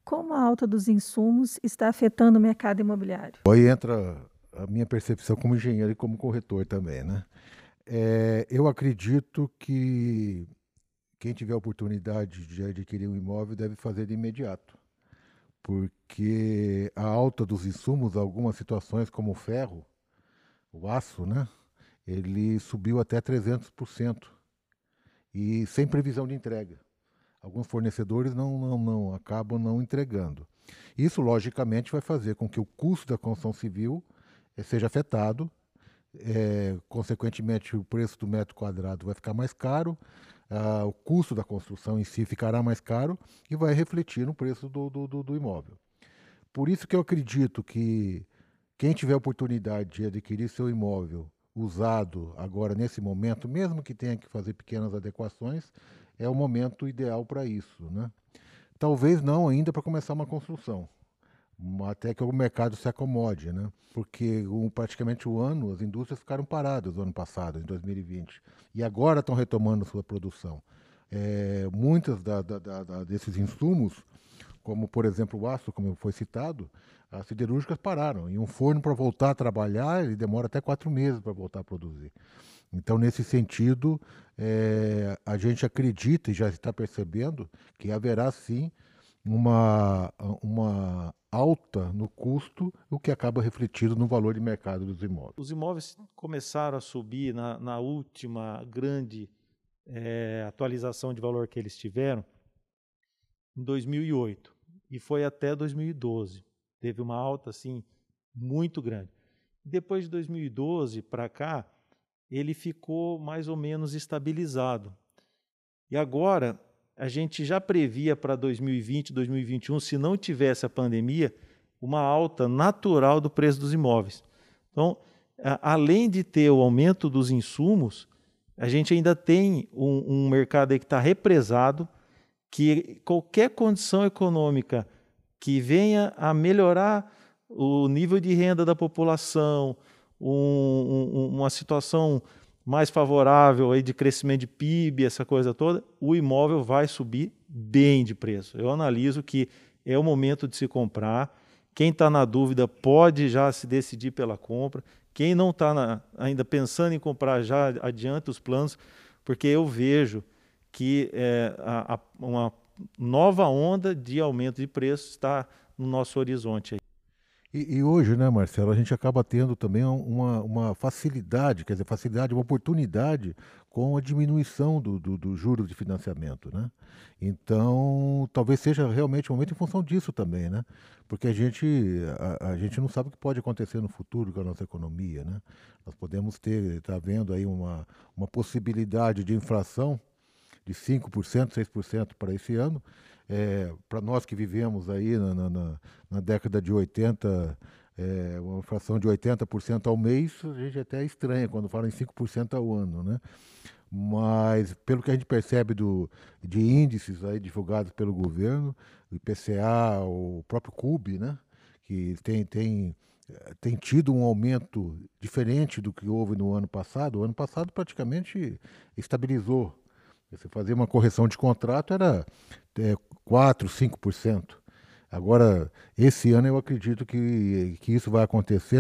Como a alta dos insumos está afetando o mercado imobiliário? Aí entra a minha percepção como engenheiro e como corretor também, né? Eu acredito que quem tiver a oportunidade de adquirir um imóvel deve fazer de imediato, porque a alta dos insumos, algumas situações como o ferro, o aço, né? Ele subiu até 300% e sem previsão de entrega. Alguns fornecedores não acabam não entregando. Isso, logicamente, vai fazer com que o custo da construção civil seja afetado. Consequentemente, o preço do metro quadrado vai ficar mais caro, o custo da construção em si ficará mais caro e vai refletir no preço do imóvel. Por isso que eu acredito que quem tiver a oportunidade de adquirir seu imóvel usado agora, nesse momento, mesmo que tenha que fazer pequenas adequações, é o momento ideal para isso, né? Talvez não ainda para começar uma construção, até que o mercado se acomode, né? Porque praticamente o ano, as indústrias ficaram paradas o ano passado, em 2020, e agora estão retomando sua produção. Muitos desses insumos, como por exemplo o aço, como foi citado, as siderúrgicas pararam. E um forno para voltar a trabalhar, ele demora até 4 meses para voltar a produzir. Então, nesse sentido, a gente acredita e já está percebendo que haverá sim uma alta no custo, o que acaba refletido no valor de mercado dos imóveis. Os imóveis começaram a subir na última grande atualização de valor que eles tiveram em 2008 e foi até 2012. Teve uma alta assim muito grande. Depois de 2012 para cá, ele ficou mais ou menos estabilizado. E agora, a gente já previa para 2020, 2021, se não tivesse a pandemia, uma alta natural do preço dos imóveis. Então, além de ter o aumento dos insumos, a gente ainda tem um mercado aí que está represado, que qualquer condição econômica que venha a melhorar o nível de renda da população, uma situação mais favorável aí de crescimento de PIB, essa coisa toda, o imóvel vai subir bem de preço. Eu analiso que é o momento de se comprar. Quem está na dúvida pode já se decidir pela compra. Quem não está ainda pensando em comprar, já adianta os planos, porque eu vejo que uma nova onda de aumento de preço está no nosso horizonte. E hoje, né, Marcelo, a gente acaba tendo também uma facilidade, quer dizer, facilidade, uma oportunidade com a diminuição do juros de financiamento, né? Então, talvez seja realmente um momento em função disso também, né? Porque a gente não sabe o que pode acontecer no futuro com a nossa economia, né? Nós podemos tá vendo aí uma possibilidade de inflação de 5%, 6% para esse ano. Para nós que vivemos aí na década de 80, uma inflação de 80% ao mês, a gente até estranha quando fala em 5% ao ano, né? Mas, pelo que a gente percebe de índices aí divulgados pelo governo, o IPCA, o próprio CUB, né? Que tem tido um aumento diferente do que houve no ano passado. O ano passado praticamente estabilizou. Você fazer uma correção de contrato era 4, 5%. Agora, esse ano eu acredito que isso vai acontecer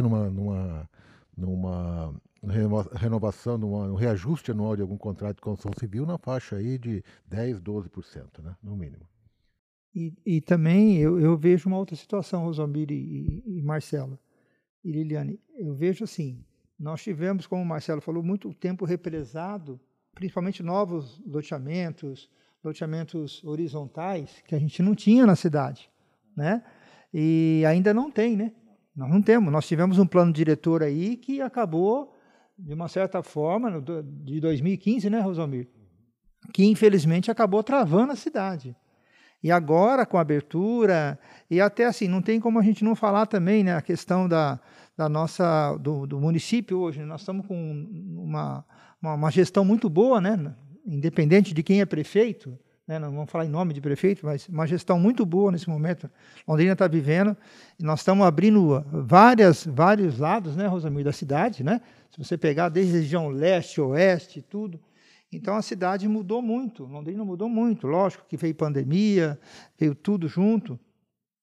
numa renovação, num reajuste anual de algum contrato de construção civil na faixa aí de 10, 12%, né, no mínimo. E também eu vejo uma outra situação, Rosamir e Marcelo e Liliane. Eu vejo assim, nós tivemos, como o Marcelo falou, muito tempo represado, principalmente novos loteamentos horizontais, que a gente não tinha na cidade, né? E ainda não tem, né? Nós não temos. Nós tivemos um plano diretor aí que acabou, de uma certa forma, de 2015, né, Rosamir? Que infelizmente acabou travando a cidade. E agora, com a abertura, e até assim, não tem como a gente não falar também, né, a questão do município hoje. Nós estamos com uma gestão muito boa, né, independente de quem é prefeito, né, não vamos falar em nome de prefeito, mas uma gestão muito boa nesse momento. Londrina está vivendo, e nós estamos abrindo vários lados, né, Rosamir, da cidade, né? Se você pegar desde a região leste, oeste, tudo. Então, a cidade mudou muito, Londrina mudou muito. Lógico que veio pandemia, veio tudo junto,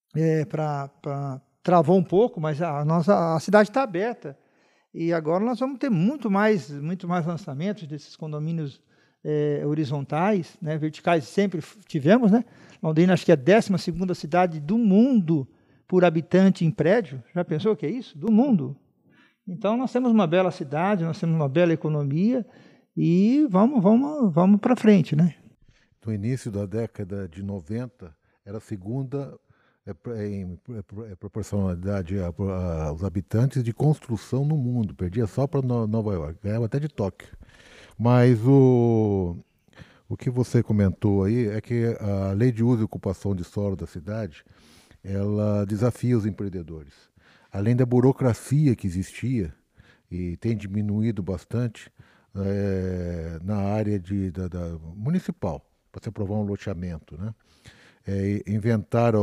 travou um pouco, mas a cidade está aberta. E agora nós vamos ter muito mais lançamentos desses condomínios horizontais, né? Verticais sempre tivemos, né? Londrina acho que é a 12ª cidade do mundo por habitante em prédio. Já pensou o que é isso? Do mundo. Então nós temos uma bela cidade, nós temos uma bela economia e vamos para frente, né? No início da década de 90, era a segunda em proporcionalidade aos habitantes de construção no mundo. Perdia só para Nova York, ganhava até de Tóquio. Mas o que você comentou aí é que a lei de uso e ocupação de solo da cidade, ela desafia os empreendedores. Além da burocracia que existia, e tem diminuído bastante, na área municipal, para se aprovar um loteamento, né? Inventaram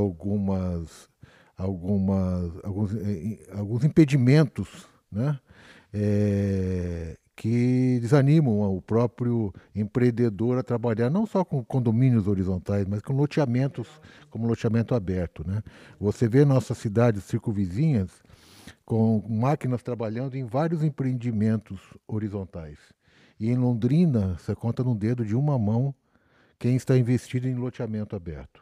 alguns impedimentos, né? Que desanimam o próprio empreendedor a trabalhar não só com condomínios horizontais, mas com loteamentos, como loteamento aberto, né? Você vê nossas cidades circunvizinhas com máquinas trabalhando em vários empreendimentos horizontais. E em Londrina, você conta no dedo de uma mão quem está investido em loteamento aberto.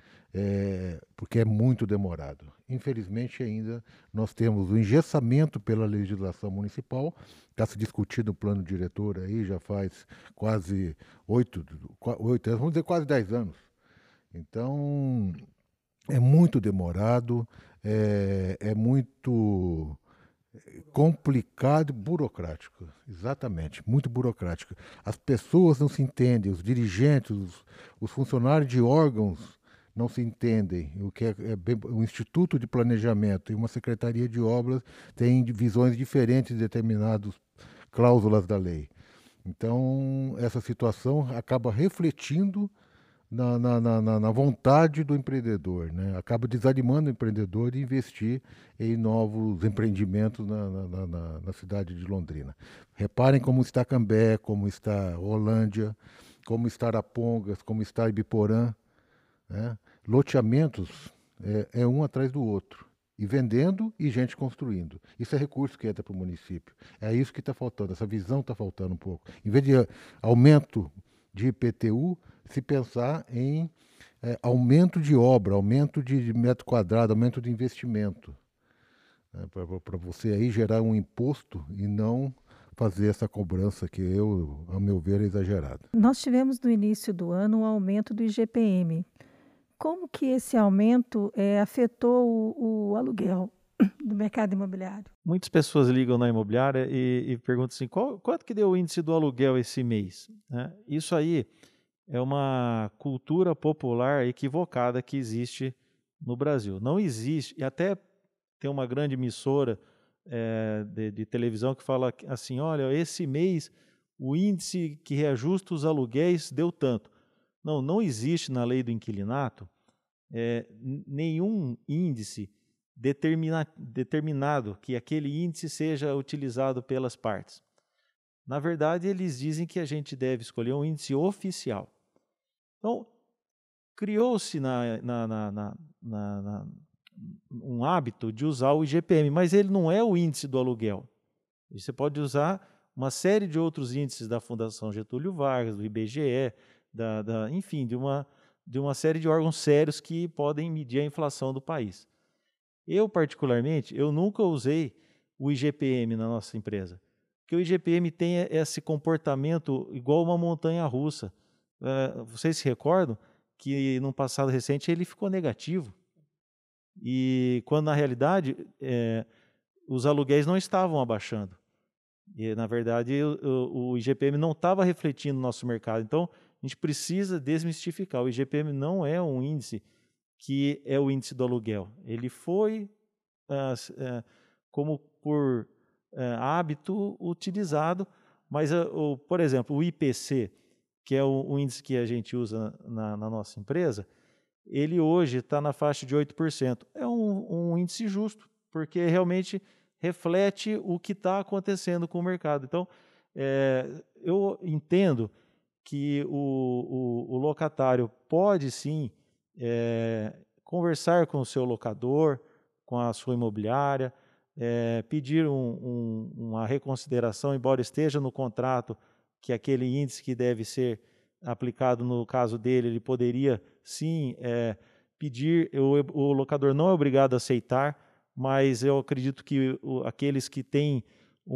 Porque é muito demorado. Infelizmente, ainda nós temos o engessamento pela legislação municipal, está se discutindo o plano diretor aí já faz quase 8 anos, vamos dizer quase 10 anos. Então, é muito demorado, é muito complicado e burocrático, exatamente, muito burocrático. As pessoas não se entendem, os dirigentes, os funcionários de órgãos não se entendem. O que o Instituto de Planejamento e uma Secretaria de Obras têm visões diferentes de determinadas cláusulas da lei. Então, essa situação acaba refletindo na vontade do empreendedor, né? Acaba desanimando o empreendedor de investir em novos empreendimentos na cidade de Londrina. Reparem como está Cambé, como está Rolândia, como está Arapongas, como está Ibiporã, né? Loteamentos um atrás do outro, e vendendo e gente construindo. Isso é recurso que entra para o município. É isso que está faltando, essa visão está faltando um pouco. Em vez de aumento de IPTU, se pensar em aumento de obra, aumento de metro quadrado, aumento de investimento, né, para você aí gerar um imposto e não fazer essa cobrança que a meu ver, é exagerada. Nós tivemos no início do ano um aumento do IGPM. Como que esse aumento afetou o aluguel do mercado imobiliário? Muitas pessoas ligam na imobiliária e perguntam assim, quanto que deu o índice do aluguel esse mês? Né? Isso aí é uma cultura popular equivocada que existe no Brasil. Não existe, e até tem uma grande emissora de televisão que fala assim, olha, esse mês o índice que reajusta os aluguéis deu tanto. Não existe na lei do inquilinato nenhum índice determinado que aquele índice seja utilizado pelas partes. Na verdade, eles dizem que a gente deve escolher um índice oficial. Então, criou-se um hábito de usar o IGPM, mas ele não é o índice do aluguel. Você pode usar uma série de outros índices da Fundação Getúlio Vargas, do IBGE, enfim, de uma série de órgãos sérios que podem medir a inflação do país. Eu, particularmente, nunca usei o IGPM na nossa empresa, porque o IGPM tem esse comportamento igual uma montanha-russa. Vocês se recordam que, no passado recente, ele ficou negativo, e quando, na realidade, os aluguéis não estavam abaixando. E, na verdade, o IGPM não estava refletindo no nosso mercado. Então, a gente precisa desmistificar. O IGPM não é um índice que é o índice do aluguel. Ele foi, como por hábito, utilizado, mas, por exemplo, o IPC, que é o índice que a gente usa na nossa empresa, ele hoje está na faixa de 8%. É um índice justo, porque realmente reflete o que está acontecendo com o mercado. Então, eu entendo que o locatário pode sim conversar com o seu locador, com a sua imobiliária, pedir uma reconsideração, embora esteja no contrato que aquele índice que deve ser aplicado no caso dele, ele poderia sim pedir, o locador não é obrigado a aceitar, mas eu acredito que aqueles que têm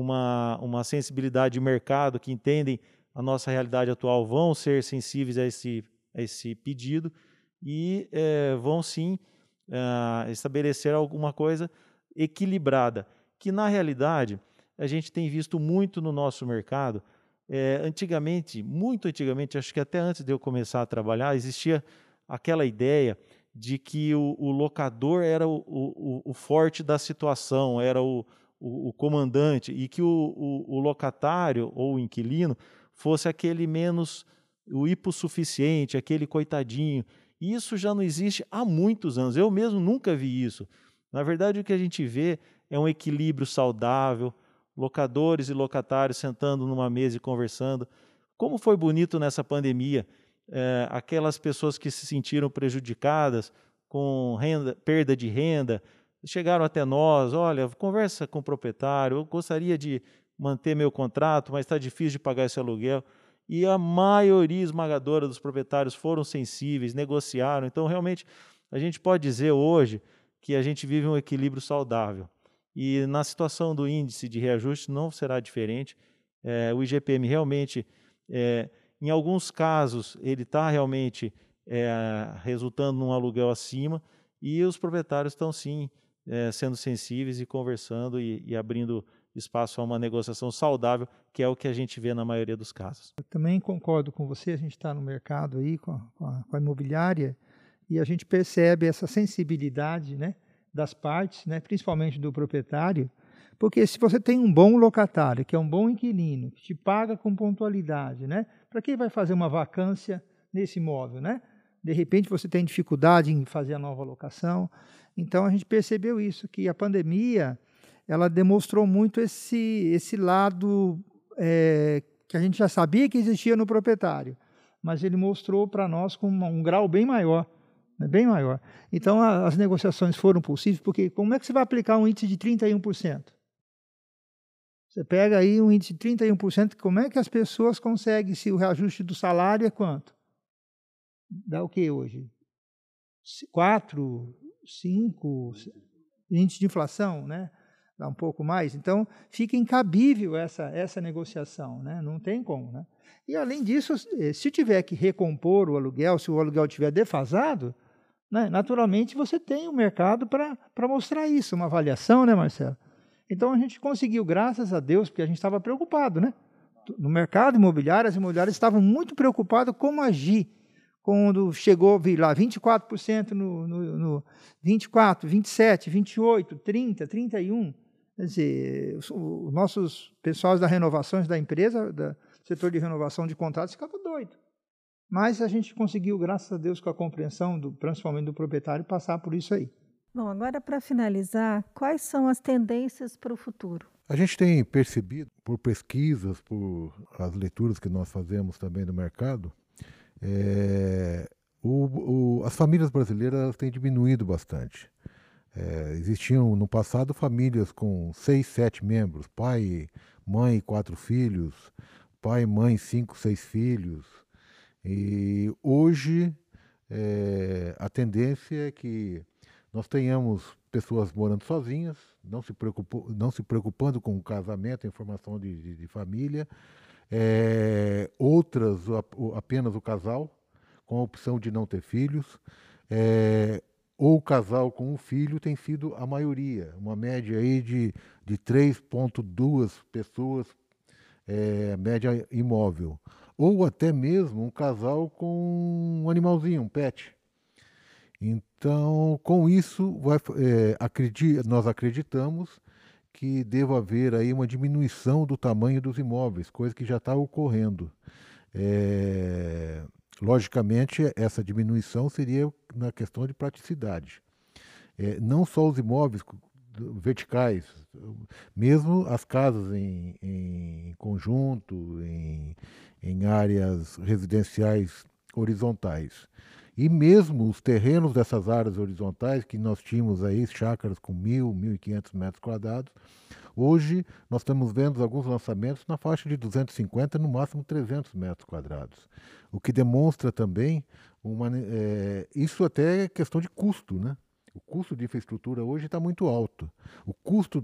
uma sensibilidade de mercado, que entendem a nossa realidade atual, vão ser sensíveis a esse pedido e vão sim estabelecer alguma coisa equilibrada, que na realidade a gente tem visto muito no nosso mercado. Antigamente, muito antigamente, acho que até antes de eu começar a trabalhar, existia aquela ideia de que o locador era o forte da situação, era o comandante, e que o locatário ou o inquilino fosse aquele menos, o hipossuficiente, aquele coitadinho. E isso já não existe há muitos anos. Eu mesmo nunca vi isso. Na verdade, o que a gente vê é um equilíbrio saudável, locadores e locatários sentando numa mesa e conversando. Como foi bonito nessa pandemia, aquelas pessoas que se sentiram prejudicadas com perda de renda, chegaram até nós, olha, conversa com o proprietário, eu gostaria de manter meu contrato, mas está difícil de pagar esse aluguel. E a maioria esmagadora dos proprietários foram sensíveis, negociaram. Então, realmente, a gente pode dizer hoje que a gente vive um equilíbrio saudável. E na situação do índice de reajuste não será diferente. O IGPM realmente, em alguns casos, ele está realmente resultando num aluguel acima, e os proprietários estão sim sendo sensíveis e conversando e abrindo espaço a uma negociação saudável, que é o que a gente vê na maioria dos casos. Eu também concordo com você, a gente está no mercado aí com a imobiliária e a gente percebe essa sensibilidade, né, das partes, né, principalmente do proprietário, porque se você tem um bom locatário, que é um bom inquilino, que te paga com pontualidade, né, para quem vai fazer uma vacância nesse imóvel, né? De repente você tem dificuldade em fazer a nova locação. Então a gente percebeu isso, que a pandemia ela demonstrou muito esse lado que a gente já sabia que existia no proprietário, mas ele mostrou para nós com um grau bem maior, né, bem maior. Então as negociações foram possíveis, porque como é que você vai aplicar um índice de 31%? Você pega aí um índice de 31%, como é que as pessoas conseguem, se o reajuste do salário é quanto? Dá o que hoje? 4, 5, índice de inflação, né? Dá um pouco mais. Então, fica incabível essa negociação, né? Não tem como, né? E, além disso, se tiver que recompor o aluguel, se o aluguel estiver defasado, né, naturalmente você tem o mercado para mostrar isso, uma avaliação, né, Marcelo? Então, a gente conseguiu, graças a Deus, porque a gente estava preocupado, né? No mercado imobiliário, as imobiliárias estavam muito preocupadas como agir quando chegou lá 24% no 24, 27, 28, 30, 31. Quer dizer, os nossos pessoais da renovações da empresa, do setor de renovação de contratos, ficavam doidos. Mas a gente conseguiu, graças a Deus, com a compreensão, principalmente do proprietário, passar por isso aí. Bom, agora para finalizar, quais são as tendências para o futuro? A gente tem percebido, por pesquisas, por as leituras que nós fazemos também no mercado, as famílias brasileiras têm diminuído bastante. Existiam no passado famílias com 6, 7 membros, pai, mãe, 4 filhos, pai, mãe, 5, 6 filhos. E hoje a tendência é que nós tenhamos pessoas morando sozinhas, não se preocupando com o casamento, a formação de família, outras apenas o casal, com a opção de não ter filhos, ou o casal com um filho tem sido a maioria, uma média aí de 3,2 pessoas, média imóvel. Ou até mesmo um casal com um animalzinho, um pet. Então, com isso, nós acreditamos que deva haver aí uma diminuição do tamanho dos imóveis, coisa que já está ocorrendo. Logicamente, essa diminuição seria na questão de praticidade. Não só os imóveis verticais, mesmo as casas em conjunto, em áreas residenciais horizontais. E mesmo os terrenos dessas áreas horizontais, que nós tínhamos aí, chácaras com 1.000, 1.500 metros quadrados, hoje nós estamos vendo alguns lançamentos na faixa de 250, no máximo 300 metros quadrados. O que demonstra também, isso até é questão de custo, né? O custo de infraestrutura hoje está muito alto. O custo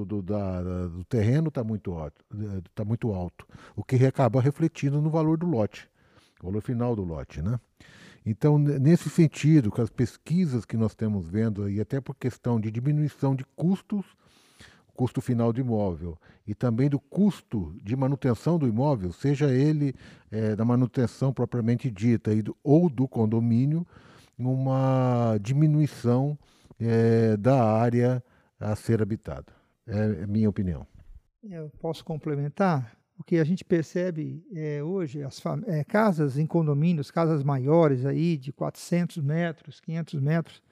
do terreno está muito alto, o que acaba refletindo no valor do lote, o valor final do lote, né? Então, nesse sentido, com as pesquisas que nós estamos vendo, e até por questão de diminuição de custos, custo final do imóvel, e também do custo de manutenção do imóvel, seja ele da manutenção propriamente dita ou do condomínio, uma diminuição da área a ser habitada. É minha opinião. Eu posso complementar? O que a gente percebe hoje, casas em condomínios, casas maiores aí de 400 metros, 500 metros,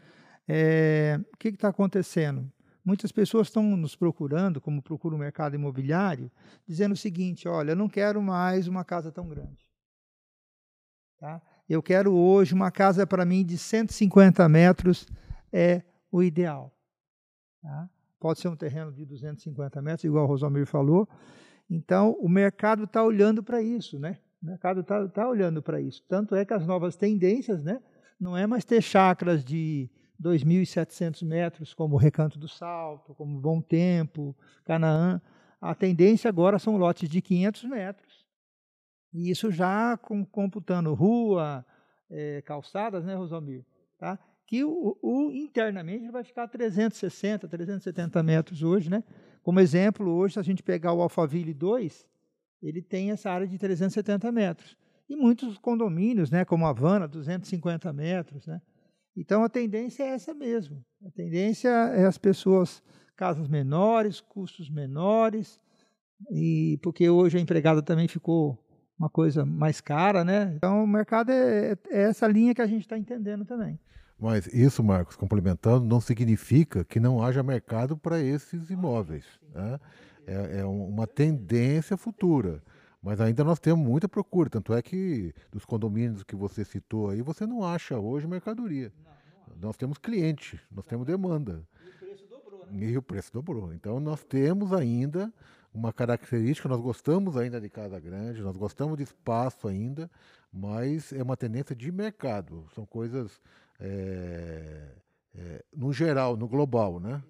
o que está acontecendo? Muitas pessoas estão nos procurando, como procura o mercado imobiliário, dizendo o seguinte: olha, eu não quero mais uma casa tão grande. Tá? Eu quero hoje uma casa para mim de 150 metros é o ideal. Tá? Pode ser um terreno de 250 metros, igual o Rosamir falou. Então, o mercado está olhando para isso, né? O mercado está olhando para isso. Tanto é que as novas tendências, né, não é mais ter chácaras de 2.700 metros, como Recanto do Salto, como Bom Tempo, Canaã. A tendência agora são lotes de 500 metros. E isso já computando rua, calçadas, né, Rosamir? Tá? Que internamente vai ficar 360, 370 metros hoje, né? Como exemplo, hoje, se a gente pegar o Alphaville 2, ele tem essa área de 370 metros. E muitos condomínios, né, como a Havana, 250 metros, né? Então, a tendência é essa mesmo. A tendência é as pessoas, casas menores, custos menores, e porque hoje a empregada também ficou uma coisa mais cara, né? Então, o mercado é essa linha que a gente está entendendo também. Mas isso, Marcos, complementando, não significa que não haja mercado para esses imóveis. Né? É uma tendência futura. Mas ainda nós temos muita procura. Tanto é que dos condomínios que você citou aí, você não acha hoje mercadoria. Nós temos cliente, nós temos demanda. E o preço dobrou, né? E o preço dobrou. Então nós temos ainda uma característica, nós gostamos ainda de casa grande, nós gostamos de espaço ainda, mas é uma tendência de mercado. São coisas no geral, no global, né?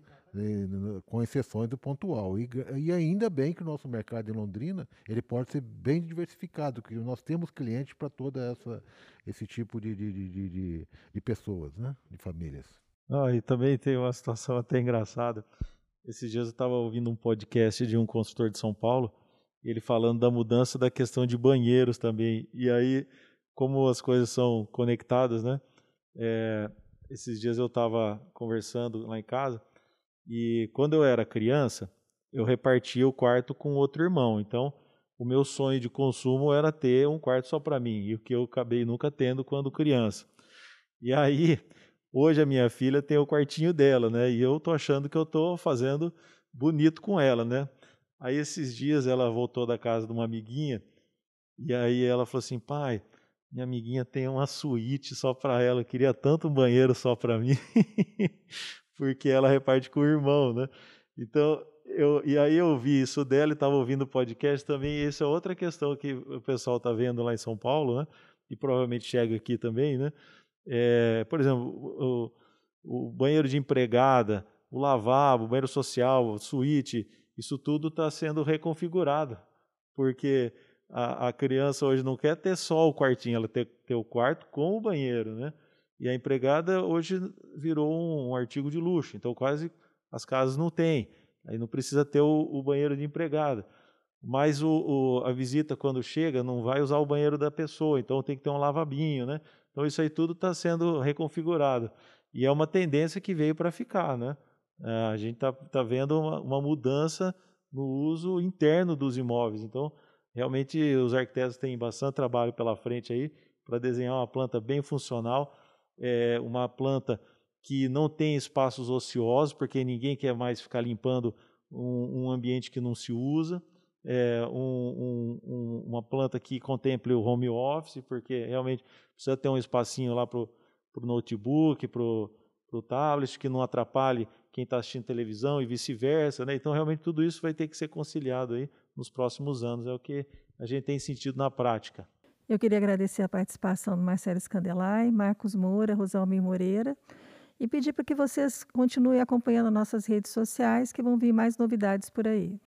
Com exceções do pontual. E ainda bem que o nosso mercado em Londrina ele pode ser bem diversificado, que nós temos clientes para toda esse tipo de pessoas, né? De famílias. E também tem uma situação até engraçada. Esses dias eu estava ouvindo um podcast de um consultor de São Paulo, ele falando da mudança da questão de banheiros também. E aí, como as coisas são conectadas, né? Esses dias eu estava conversando lá em casa e quando eu era criança, eu repartia o quarto com outro irmão. Então, o meu sonho de consumo era ter um quarto só para mim, e o que eu acabei nunca tendo quando criança. E aí, hoje a minha filha tem o quartinho dela, né? E eu tô achando que eu tô fazendo bonito com ela, né? Aí esses dias ela voltou da casa de uma amiguinha e aí ela falou assim: pai, minha amiguinha tem uma suíte só para ela, eu queria tanto um banheiro só para mim, porque ela reparte com o irmão, né? Então, e aí eu vi isso dela e estava ouvindo o podcast também, e essa é outra questão que o pessoal está vendo lá em São Paulo, né? E provavelmente chega aqui também, né? Por exemplo, o banheiro de empregada, o lavabo, o banheiro social, a suíte, isso tudo está sendo reconfigurado, porque a criança hoje não quer ter só o quartinho, ela quer ter o quarto com o banheiro, né? E a empregada hoje virou um artigo de luxo, então quase as casas não têm, aí não precisa ter o banheiro de empregada. Mas a visita, quando chega, não vai usar o banheiro da pessoa, então tem que ter um lavabinho, né? Então isso aí tudo está sendo reconfigurado. E é uma tendência que veio para ficar, né? A gente tá vendo uma mudança no uso interno dos imóveis. Então, realmente, os arquitetos têm bastante trabalho pela frente aí para desenhar uma planta bem funcional, uma planta que não tem espaços ociosos, porque ninguém quer mais ficar limpando um ambiente que não se usa. Uma planta que contemple o home office, porque realmente precisa ter um espacinho lá para notebook, para o tablet, que não atrapalhe quem está assistindo televisão e vice-versa, né? Então, realmente, tudo isso vai ter que ser conciliado aí nos próximos anos, é o que a gente tem sentido na prática. Eu queria agradecer a participação do Marcelo Scandelay, Marcos Moura, Rosalmir Moreira, e pedir para que vocês continuem acompanhando nossas redes sociais, que vão vir mais novidades por aí.